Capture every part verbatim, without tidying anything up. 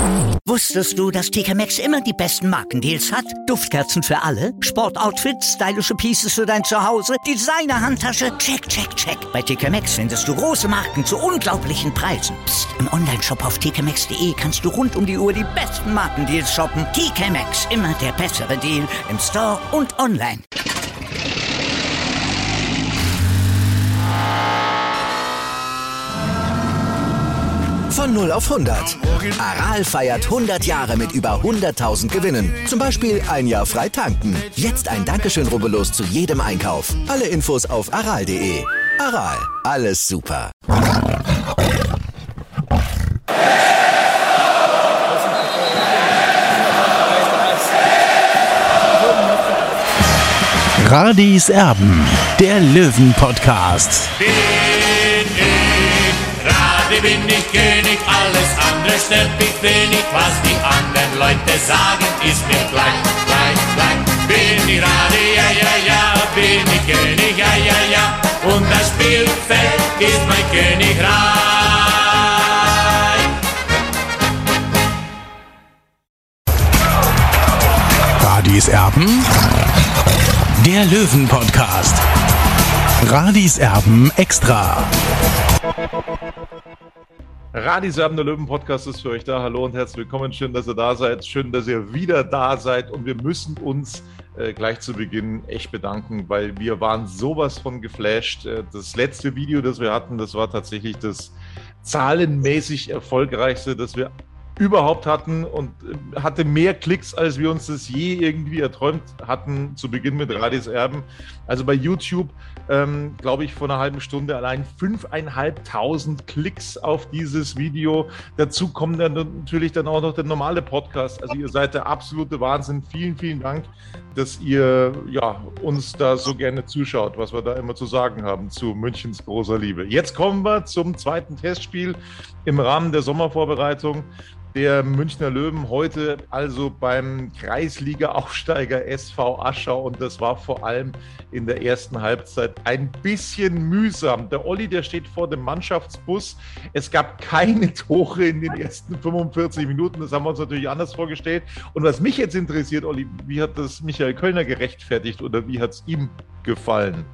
Wusstest du, dass T K Maxx immer die besten Markendeals hat? Duftkerzen für alle, Sportoutfits, stylische Pieces für dein Zuhause, Designer-Handtasche, check, check, check. Bei T K Maxx findest du große Marken zu unglaublichen Preisen. Psst. Im Onlineshop auf t k maxx punkt d e kannst du rund um die Uhr die besten Markendeals shoppen. T K Maxx, immer der bessere Deal im Store und online. Von null auf hundert. Aral feiert hundert Jahre mit über hunderttausend Gewinnen. Zum Beispiel ein Jahr frei tanken. Jetzt ein Dankeschön, rubbellos zu jedem Einkauf. Alle Infos auf aral punkt de. Aral, alles super. Radis Erben, der Löwen-Podcast. Bin ich König, alles andere stört mich wenig. Was die anderen Leute sagen, ist mir gleich, gleich, gleich. Bin ich Rade, ja, ja, ja, bin ich König, ja, ja, ja. Und das Spielfeld ist mein Königreich. Radis Erben, der Löwen-Podcast. Radis Erben extra. Radis Erben, der Löwen-Podcast ist für euch da. Hallo und herzlich willkommen. Schön, dass ihr da seid. Schön, dass ihr wieder da seid. Und wir müssen uns äh, gleich zu Beginn echt bedanken, weil wir waren sowas von geflasht. Äh, das letzte Video, das wir hatten, das war tatsächlich das zahlenmäßig erfolgreichste, das wir überhaupt hatten und hatte mehr Klicks, als wir uns das je irgendwie erträumt hatten zu Beginn mit Radis Erben. Also bei YouTube, ähm, glaube ich, vor einer halben Stunde allein fünfeinhalbtausend Klicks auf dieses Video. Dazu kommt dann natürlich dann auch noch der normale Podcast. Also ihr seid der absolute Wahnsinn. Vielen, vielen Dank, dass ihr ja, uns da so gerne zuschaut, was wir da immer zu sagen haben zu Münchens großer Liebe. Jetzt kommen wir zum zweiten Testspiel im Rahmen der Sommervorbereitung der Münchner Löwen, heute also beim Kreisliga-Aufsteiger S V Aschau, und das war vor allem in der ersten Halbzeit ein bisschen mühsam. Der Olli, der steht vor dem Mannschaftsbus. Es gab keine Tore in den ersten fünfundvierzig Minuten, das haben wir uns natürlich anders vorgestellt. Und was mich jetzt interessiert, Olli, wie hat das Michael Kölner gerechtfertigt oder wie hat es ihm gefallen?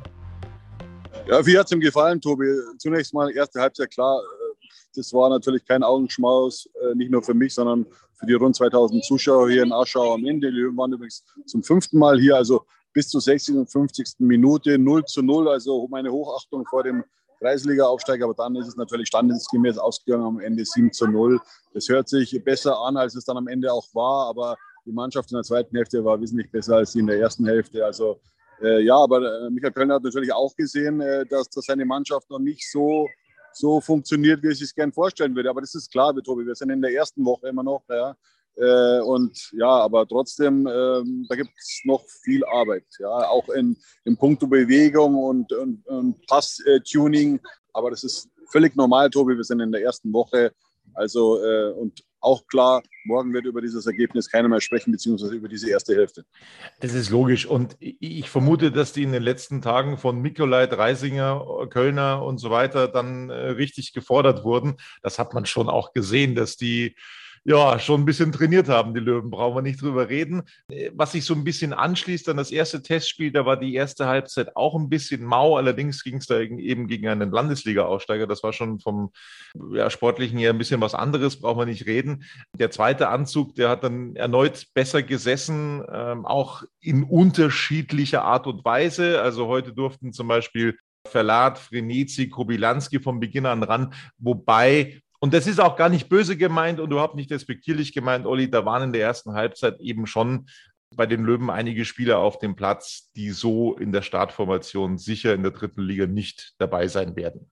Ja, wie hat es ihm gefallen, Tobi? Zunächst mal erste Halbzeit, klar. Das war natürlich kein Augenschmaus, nicht nur für mich, sondern für die rund zweitausend Zuschauer hier in Aschau am Ende. Die Löwen waren übrigens zum fünften Mal hier, also bis zur sechsundfünfzigsten Minute null zu null, also meine Hochachtung vor dem Kreisliga-Aufsteiger. Aber dann ist es natürlich standesgemäß ausgegangen, am Ende sieben zu null. Das hört sich besser an, als es dann am Ende auch war, aber die Mannschaft in der zweiten Hälfte war wesentlich besser als die in der ersten Hälfte. Also äh, ja, aber äh, Michael Kölner hat natürlich auch gesehen, äh, dass, dass seine Mannschaft noch nicht so so funktioniert, wie er sich gern vorstellen würde. Aber das ist klar, Tobi, wir sind in der ersten Woche immer noch. Ja. Äh, und ja, aber trotzdem, äh, da gibt es noch viel Arbeit. Ja. Auch in, in puncto Bewegung und, und, und Pass-Tuning. Aber das ist völlig normal, Tobi. Wir sind in der ersten Woche. Also, äh, und auch klar, morgen wird über dieses Ergebnis keiner mehr sprechen, beziehungsweise über diese erste Hälfte. Das ist logisch. Und ich vermute, dass die in den letzten Tagen von Mikolait, Reisinger, Kölner und so weiter dann äh, richtig gefordert wurden. Das hat man schon auch gesehen, dass die ja schon ein bisschen trainiert haben, die Löwen, brauchen wir nicht drüber reden. Was sich so ein bisschen anschließt an das erste Testspiel, da war die erste Halbzeit auch ein bisschen mau, allerdings ging es da eben gegen einen Landesliga-Aufsteiger, das war schon vom ja, Sportlichen her ein bisschen was anderes, brauchen wir nicht reden. Der zweite Anzug, der hat dann erneut besser gesessen, ähm, auch in unterschiedlicher Art und Weise. Also heute durften zum Beispiel Verlat, Frenizi, Kobylanski von Beginn an ran, wobei, und das ist auch gar nicht böse gemeint und überhaupt nicht despektierlich gemeint, Olli, da waren in der ersten Halbzeit eben schon bei den Löwen einige Spieler auf dem Platz, die so in der Startformation sicher in der dritten Liga nicht dabei sein werden.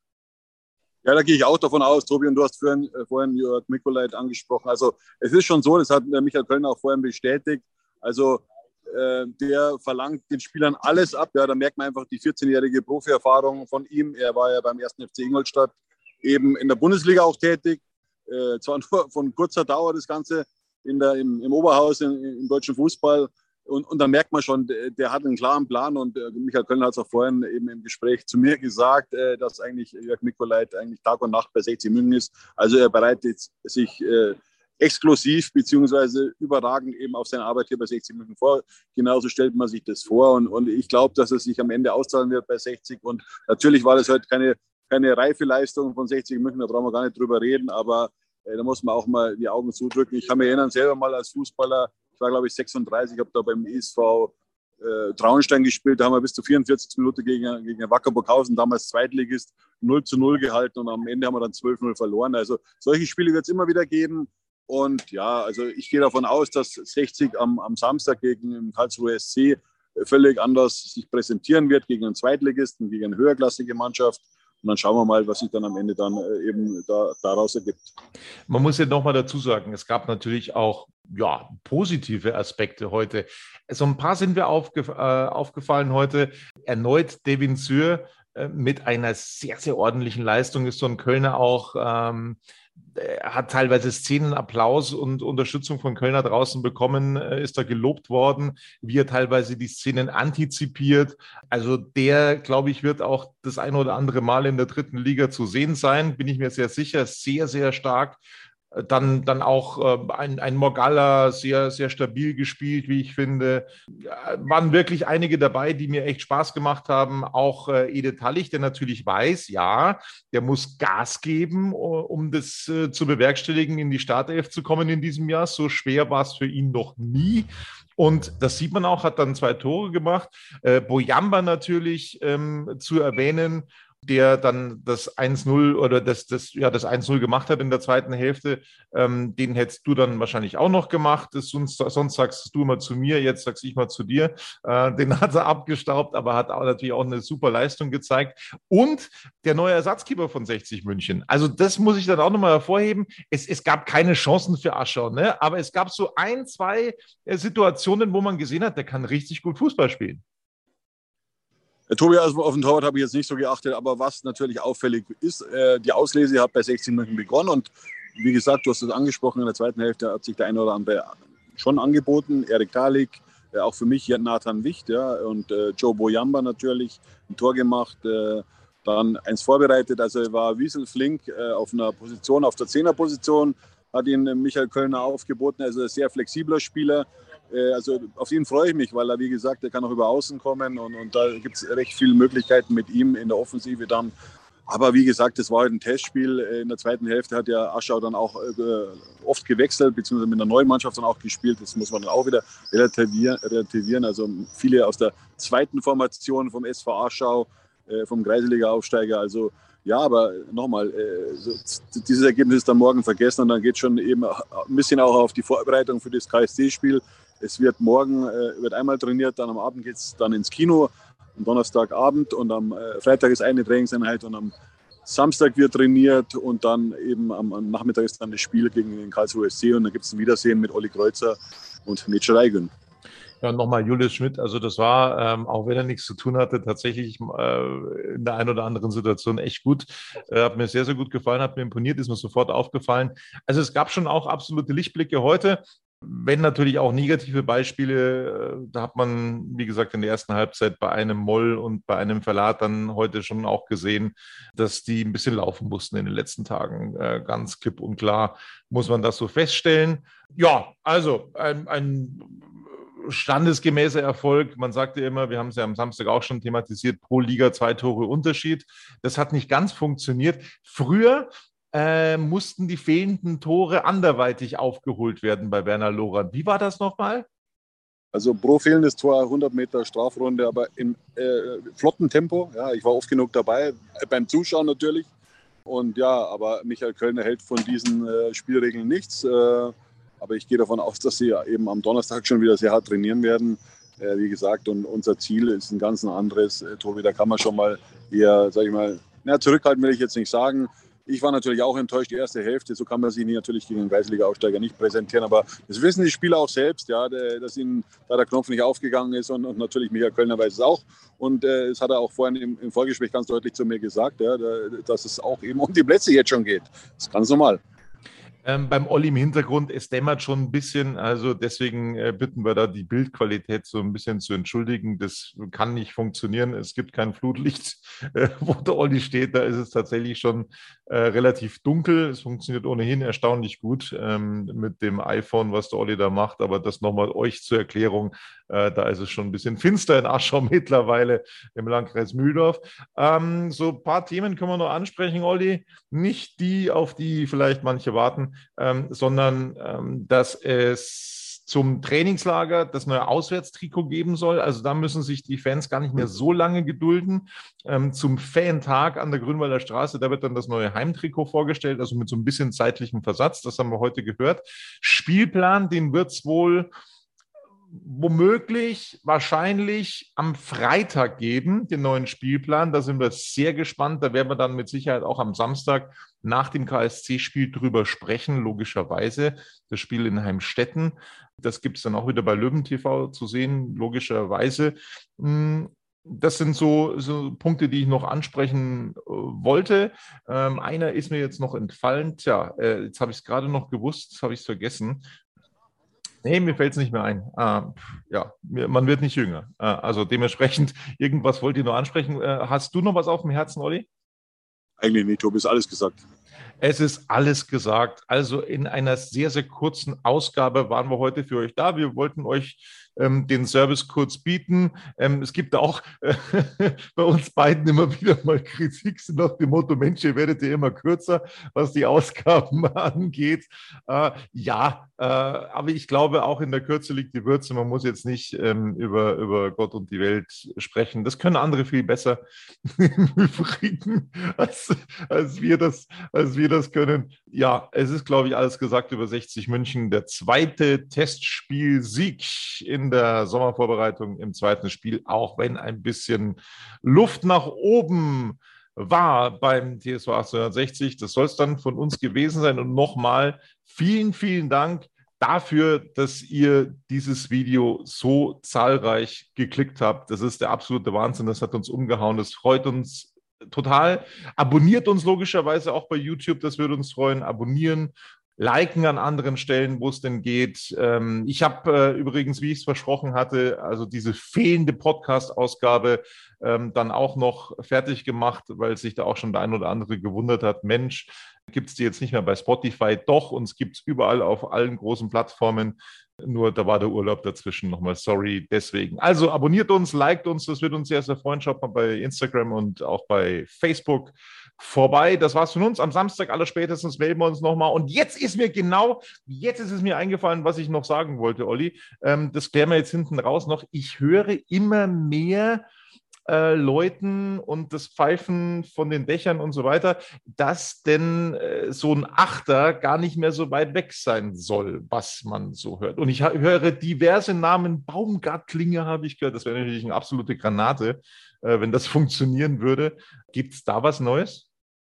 Ja, da gehe ich auch davon aus, Tobi, und du hast vorhin, äh, vorhin Jörg Mikolait angesprochen. Also es ist schon so, das hat Michael Kölner auch vorhin bestätigt, also äh, der verlangt den Spielern alles ab. Ja, da merkt man einfach die vierzehnjährige Profi-Erfahrung von ihm. Er war ja beim ersten F C Ingolstadt eben in der Bundesliga auch tätig, äh, zwar nur von kurzer Dauer das Ganze in der, im, im Oberhaus, in, im deutschen Fußball. Und, und da merkt man schon, der, der hat einen klaren Plan. Und äh, Michael Kölner hat es auch vorhin eben im Gespräch zu mir gesagt, äh, dass eigentlich Jörg Mikolait eigentlich Tag und Nacht bei sechzig München ist. Also er bereitet sich äh, exklusiv beziehungsweise überragend eben auf seine Arbeit hier bei sechzig München vor. Genauso stellt man sich das vor und, und ich glaube, dass es sich am Ende auszahlen wird bei sechzig und natürlich war das heute keine, keine reife Leistung von sechzig München, da brauchen wir gar nicht drüber reden, aber äh, da muss man auch mal die Augen zudrücken. Ich kann mich erinnern, selber mal als Fußballer, ich war glaube ich sechsunddreißig, habe da beim E S V äh, Traunstein gespielt, da haben wir bis zur vierundvierzigsten Minute gegen, gegen Wacker Burghausen, damals Zweitligist, null zu null gehalten und am Ende haben wir dann zwölf null verloren. Also solche Spiele wird es immer wieder geben. Und ja, also ich gehe davon aus, dass sechzig am, am Samstag gegen den Karlsruhe S C völlig anders sich präsentieren wird, gegen einen Zweitligisten, gegen eine höherklassige Mannschaft. Und dann schauen wir mal, was sich dann am Ende dann eben da, daraus ergibt. Man muss ja nochmal dazu sagen, es gab natürlich auch ja, positive Aspekte heute. So ein paar sind mir aufgef- äh, aufgefallen heute. Erneut Devin Suhr äh, mit einer sehr, sehr ordentlichen Leistung ist so ein Kölner auch... Ähm, Er hat teilweise Szenenapplaus und Unterstützung von Kölner draußen bekommen, ist da gelobt worden, wie er teilweise die Szenen antizipiert. Also der, glaube ich, wird auch das ein oder andere Mal in der dritten Liga zu sehen sein, bin ich mir sehr sicher, sehr, sehr stark. Dann, dann auch äh, ein, ein Morgalla, sehr, sehr stabil gespielt, wie ich finde. Ja, waren wirklich einige dabei, die mir echt Spaß gemacht haben. Auch äh, Ede Tallich, der natürlich weiß, ja, der muss Gas geben, um das äh, zu bewerkstelligen, in die Startelf zu kommen in diesem Jahr. So schwer war es für ihn noch nie. Und das sieht man auch, hat dann zwei Tore gemacht. Äh, Boyamba natürlich ähm, zu erwähnen, der dann das eins null oder das, das, ja, das eins null gemacht hat in der zweiten Hälfte. Ähm, den hättest du dann wahrscheinlich auch noch gemacht. Das, sonst, sonst sagst du mal zu mir, jetzt sagst ich mal zu dir. Äh, den hat er abgestaubt, aber hat auch natürlich auch eine super Leistung gezeigt. Und der neue Ersatzkeeper von sechzig München. Also das muss ich dann auch nochmal hervorheben. Es, es gab keine Chancen für Aschau, ne? Aber es gab so ein, zwei Situationen, wo man gesehen hat, der kann richtig gut Fußball spielen. Tobi, also auf den Torwart habe ich jetzt nicht so geachtet, aber was natürlich auffällig ist, äh, die Auslese hat bei sechzig München begonnen und wie gesagt, du hast es angesprochen, in der zweiten Hälfte hat sich der eine oder andere schon angeboten. Erik Talik, äh, auch für mich Nathan Wicht, ja, und äh, Joe Boyamba natürlich, ein Tor gemacht, äh, dann eins vorbereitet, also er war wieselflink äh, auf einer Position, auf der Zehnerposition, hat ihn äh, Michael Kölner aufgeboten, also ein sehr flexibler Spieler. Also auf ihn freue ich mich, weil er, wie gesagt, er kann auch über Außen kommen und, und da gibt es recht viele Möglichkeiten mit ihm in der Offensive dann. Aber wie gesagt, das war halt ein Testspiel. In der zweiten Hälfte hat ja Aschau dann auch äh, oft gewechselt, beziehungsweise mit einer neuen Mannschaft dann auch gespielt. Das muss man dann auch wieder relativieren. relativieren. Also viele aus der zweiten Formation vom S V Aschau, äh, vom Kreisliga-Aufsteiger. Also ja, aber nochmal, äh, so, dieses Ergebnis ist dann morgen vergessen und dann geht es schon eben ein bisschen auch auf die Vorbereitung für das K S C-Spiel. Es wird morgen äh, wird einmal trainiert, dann am Abend geht es dann ins Kino, am Donnerstagabend und am äh, Freitag ist eine Trainingseinheit und am Samstag wird trainiert und dann eben am, am Nachmittag ist dann das Spiel gegen den Karlsruhe S C und dann gibt es ein Wiedersehen mit Olli Kreuzer und Netscher Reigün. Ja, nochmal Julius Schmidt, also das war, ähm, auch wenn er nichts zu tun hatte, tatsächlich äh, in der einen oder anderen Situation echt gut. Äh, hat mir sehr, sehr gut gefallen, hat mir imponiert, ist mir sofort aufgefallen. Also es gab schon auch absolute Lichtblicke heute, wenn natürlich auch negative Beispiele. Äh, da hat man, wie gesagt, in der ersten Halbzeit bei einem Moll und bei einem Verlat dann heute schon auch gesehen, dass die ein bisschen laufen mussten in den letzten Tagen. Äh, ganz klipp und klar muss man das so feststellen. Ja, also ein, ein standesgemäßer Erfolg. Man sagte immer, wir haben es ja am Samstag auch schon thematisiert, pro Liga zwei Tore Unterschied. Das hat nicht ganz funktioniert. Früher äh, mussten die fehlenden Tore anderweitig aufgeholt werden bei Werner Lorand. Wie war das nochmal? Also pro fehlendes Tor hundert Meter Strafrunde, aber im äh, flotten Tempo. Ja, ich war oft genug dabei, beim Zuschauen natürlich. Und ja, aber Michael Kölner hält von diesen äh, Spielregeln nichts. Äh, Aber ich gehe davon aus, dass sie eben am Donnerstag schon wieder sehr hart trainieren werden. Äh, wie gesagt, und unser Ziel ist ein ganz anderes. Äh, Tobi, da kann man schon mal eher, sag ich mal, na, zurückhalten will ich jetzt nicht sagen. Ich war natürlich auch enttäuscht, die erste Hälfte. So kann man sich natürlich gegen den Kreisliga-Aufsteiger nicht präsentieren. Aber das wissen die Spieler auch selbst, ja, dass ihnen da der Knopf nicht aufgegangen ist. Und, und natürlich Michael Kölner weiß es auch. Und äh, das hat er auch vorhin im, im Vorgespräch ganz deutlich zu mir gesagt, ja, dass es auch eben um die Plätze jetzt schon geht. Das ist ganz normal. Ähm, beim Olli im Hintergrund, es dämmert schon ein bisschen, also deswegen äh, bitten wir da die Bildqualität so ein bisschen zu entschuldigen. Das kann nicht funktionieren. Es gibt kein Flutlicht, äh, wo der Olli steht. Da ist es tatsächlich schon äh, relativ dunkel. Es funktioniert ohnehin erstaunlich gut ähm, mit dem iPhone, was der Olli da macht. Aber das nochmal euch zur Erklärung. Äh, da ist es schon ein bisschen finster in Aschau mittlerweile im Landkreis Mühldorf. Ähm, so ein paar Themen können wir noch ansprechen, Olli. Nicht die, auf die vielleicht manche warten. Ähm, sondern ähm, dass es zum Trainingslager das neue Auswärtstrikot geben soll. Also da müssen sich die Fans gar nicht mehr so lange gedulden. Ähm, zum Fan-Tag an der Grünwalder Straße, da wird dann das neue Heimtrikot vorgestellt, also mit so ein bisschen zeitlichem Versatz. Das haben wir heute gehört. Spielplan, den wird es wohl womöglich, wahrscheinlich am Freitag geben, den neuen Spielplan. Da sind wir sehr gespannt. Da werden wir dann mit Sicherheit auch am Samstag nach dem K S C-Spiel drüber sprechen, logischerweise. Das Spiel in Heimstetten. Das gibt es dann auch wieder bei Löwen T V zu sehen, logischerweise. Das sind so, so Punkte, die ich noch ansprechen äh, wollte. Ähm, einer ist mir jetzt noch entfallen. Tja, äh, jetzt habe ich es gerade noch gewusst, habe ich es vergessen. Nee, mir fällt es nicht mehr ein. Äh, ja, man wird nicht jünger. Äh, also dementsprechend, irgendwas wollt ihr noch ansprechen. Äh, hast du noch was auf dem Herzen, Olli? Eigentlich nicht, Tobi, ist alles gesagt. Es ist alles gesagt. Also in einer sehr, sehr kurzen Ausgabe waren wir heute für euch da. Wir wollten euch ähm, den Service kurz bieten. Ähm, es gibt auch äh, bei uns beiden immer wieder mal Kritik nach dem Motto, Mensch, ihr werdet ja immer kürzer, was die Ausgaben angeht. Äh, ja, äh, aber ich glaube, auch in der Kürze liegt die Würze. Man muss jetzt nicht ähm, über, über Gott und die Welt sprechen. Das können andere viel besser im Übrigen, als, als, wir das, als wir das können. Ja, es ist, glaube ich, alles gesagt über sechzig München. Der zweite Testspielsieg in der Sommervorbereitung im zweiten Spiel, auch wenn ein bisschen Luft nach oben war beim T S V achtzehnhundertsechzig. Das soll es dann von uns gewesen sein. Und nochmal vielen, vielen Dank dafür, dass ihr dieses Video so zahlreich geklickt habt. Das ist der absolute Wahnsinn. Das hat uns umgehauen. Das freut uns total. Abonniert uns logischerweise auch bei YouTube. Das würde uns freuen. Abonnieren. Liken an anderen Stellen, wo es denn geht. Ähm, ich habe äh, übrigens, wie ich es versprochen hatte, also diese fehlende Podcast-Ausgabe ähm, dann auch noch fertig gemacht, weil sich da auch schon der ein oder andere gewundert hat, Mensch, gibt es die jetzt nicht mehr bei Spotify? Doch, uns gibt es überall auf allen großen Plattformen. Nur da war der Urlaub dazwischen nochmal, sorry, deswegen. Also abonniert uns, liked uns, das wird uns sehr, sehr freuen. Schaut mal bei Instagram und auch bei Facebook vorbei. Das war's von uns. Am Samstag allerspätestens melden wir uns nochmal. Und jetzt ist mir genau, jetzt ist es mir eingefallen, was ich noch sagen wollte, Olli. Ähm, das klären wir jetzt hinten raus noch. Ich höre immer mehr äh, Leuten und das Pfeifen von den Dächern und so weiter, dass denn äh, so ein Achter gar nicht mehr so weit weg sein soll, was man so hört. Und ich höre diverse Namen. Baumgartlinger habe ich gehört. Das wäre natürlich eine absolute Granate, äh, wenn das funktionieren würde. Gibt es da was Neues?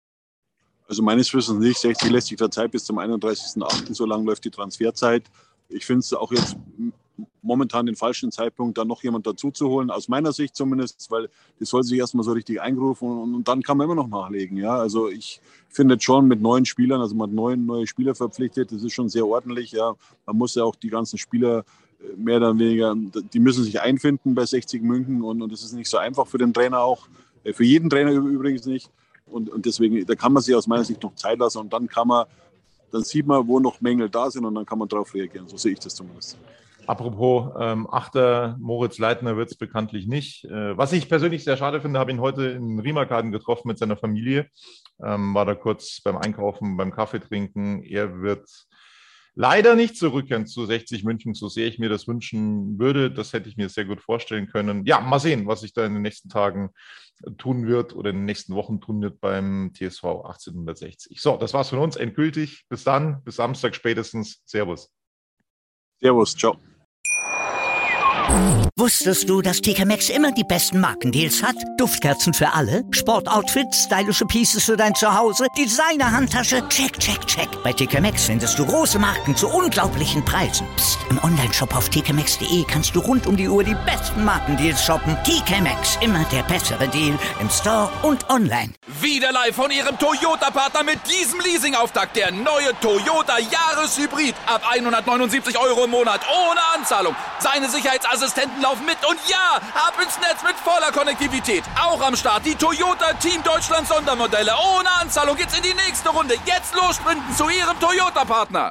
Also meines Wissens nicht. sechzig lässt sich der Zeit bis zum einunddreißigsten achten So lang läuft die Transferzeit. Ich finde es auch jetzt momentan den falschen Zeitpunkt, da noch jemand dazu zu holen, aus meiner Sicht zumindest, weil das soll sich erstmal so richtig eingerufen und, und dann kann man immer noch nachlegen. Ja? Also ich finde schon mit neun Spielern, also man hat neun neue Spieler verpflichtet, das ist schon sehr ordentlich. Ja? Man muss ja auch die ganzen Spieler mehr oder weniger, die müssen sich einfinden bei sechzig München und, und das ist nicht so einfach für den Trainer auch, für jeden Trainer übrigens nicht. Und, und deswegen, da kann man sich aus meiner Sicht noch Zeit lassen und dann kann man, dann sieht man, wo noch Mängel da sind und dann kann man darauf reagieren. So sehe ich das zumindest. Apropos ähm, Achter, Moritz Leitner wird es bekanntlich nicht. Äh, was ich persönlich sehr schade finde, habe ihn heute in Riemerkaden getroffen mit seiner Familie. Ähm, war da kurz beim Einkaufen, beim Kaffee trinken. Er wird leider nicht zurückkehren zu sechzig München, so sehr ich mir das wünschen würde. Das hätte ich mir sehr gut vorstellen können. Ja, mal sehen, was sich da in den nächsten Tagen tun wird oder in den nächsten Wochen tun wird beim T S V achtzehnhundertsechzig. So, das war's von uns endgültig. Bis dann, bis Samstag spätestens. Servus. Servus, ciao. Wusstest du, dass T K Maxx immer die besten Markendeals hat? Duftkerzen für alle, Sportoutfits, stylische Pieces für dein Zuhause, Designer-Handtasche, check, check, check. Bei T K Maxx findest du große Marken zu unglaublichen Preisen. Psst. Im Onlineshop auf t k maxx punkt d e kannst du rund um die Uhr die besten Markendeals shoppen. T K Maxx, immer der bessere Deal im Store und online. Wieder live von Ihrem Toyota-Partner mit diesem Leasing-Auftakt. Der neue Toyota Jahreshybrid. Ab hundertneunundsiebzig Euro im Monat ohne Anzahlung. Seine Sicherheitsassistenten laufen mit und ja, ab ins Netz mit voller Konnektivität. Auch am Start die Toyota Team Deutschland Sondermodelle. Ohne Anzahlung geht's in die nächste Runde. Jetzt los sprinten zu Ihrem Toyota-Partner.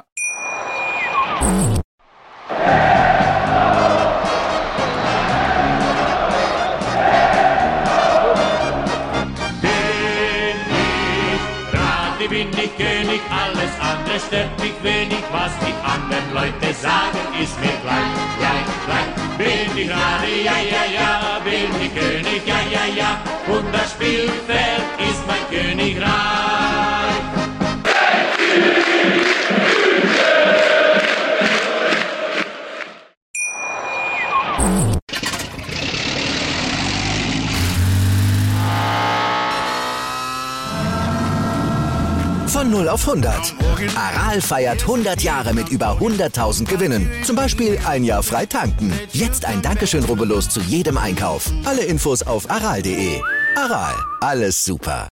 Bin ich König, alles andere stört mich wenig, was die anderen Leute sagen, ist mir gleich, gleich, gleich. Bin ich Rade, ja, ja, ja, bin ich König, ja, ja, ja, und das Spielfeld ist mein Königreich. Von null auf hundert. Aral feiert hundert Jahre mit über hunderttausend Gewinnen. Zum Beispiel ein Jahr frei tanken. Jetzt ein Dankeschön, rubbellos zu jedem Einkauf. Alle Infos auf aral punkt de. Aral, alles super.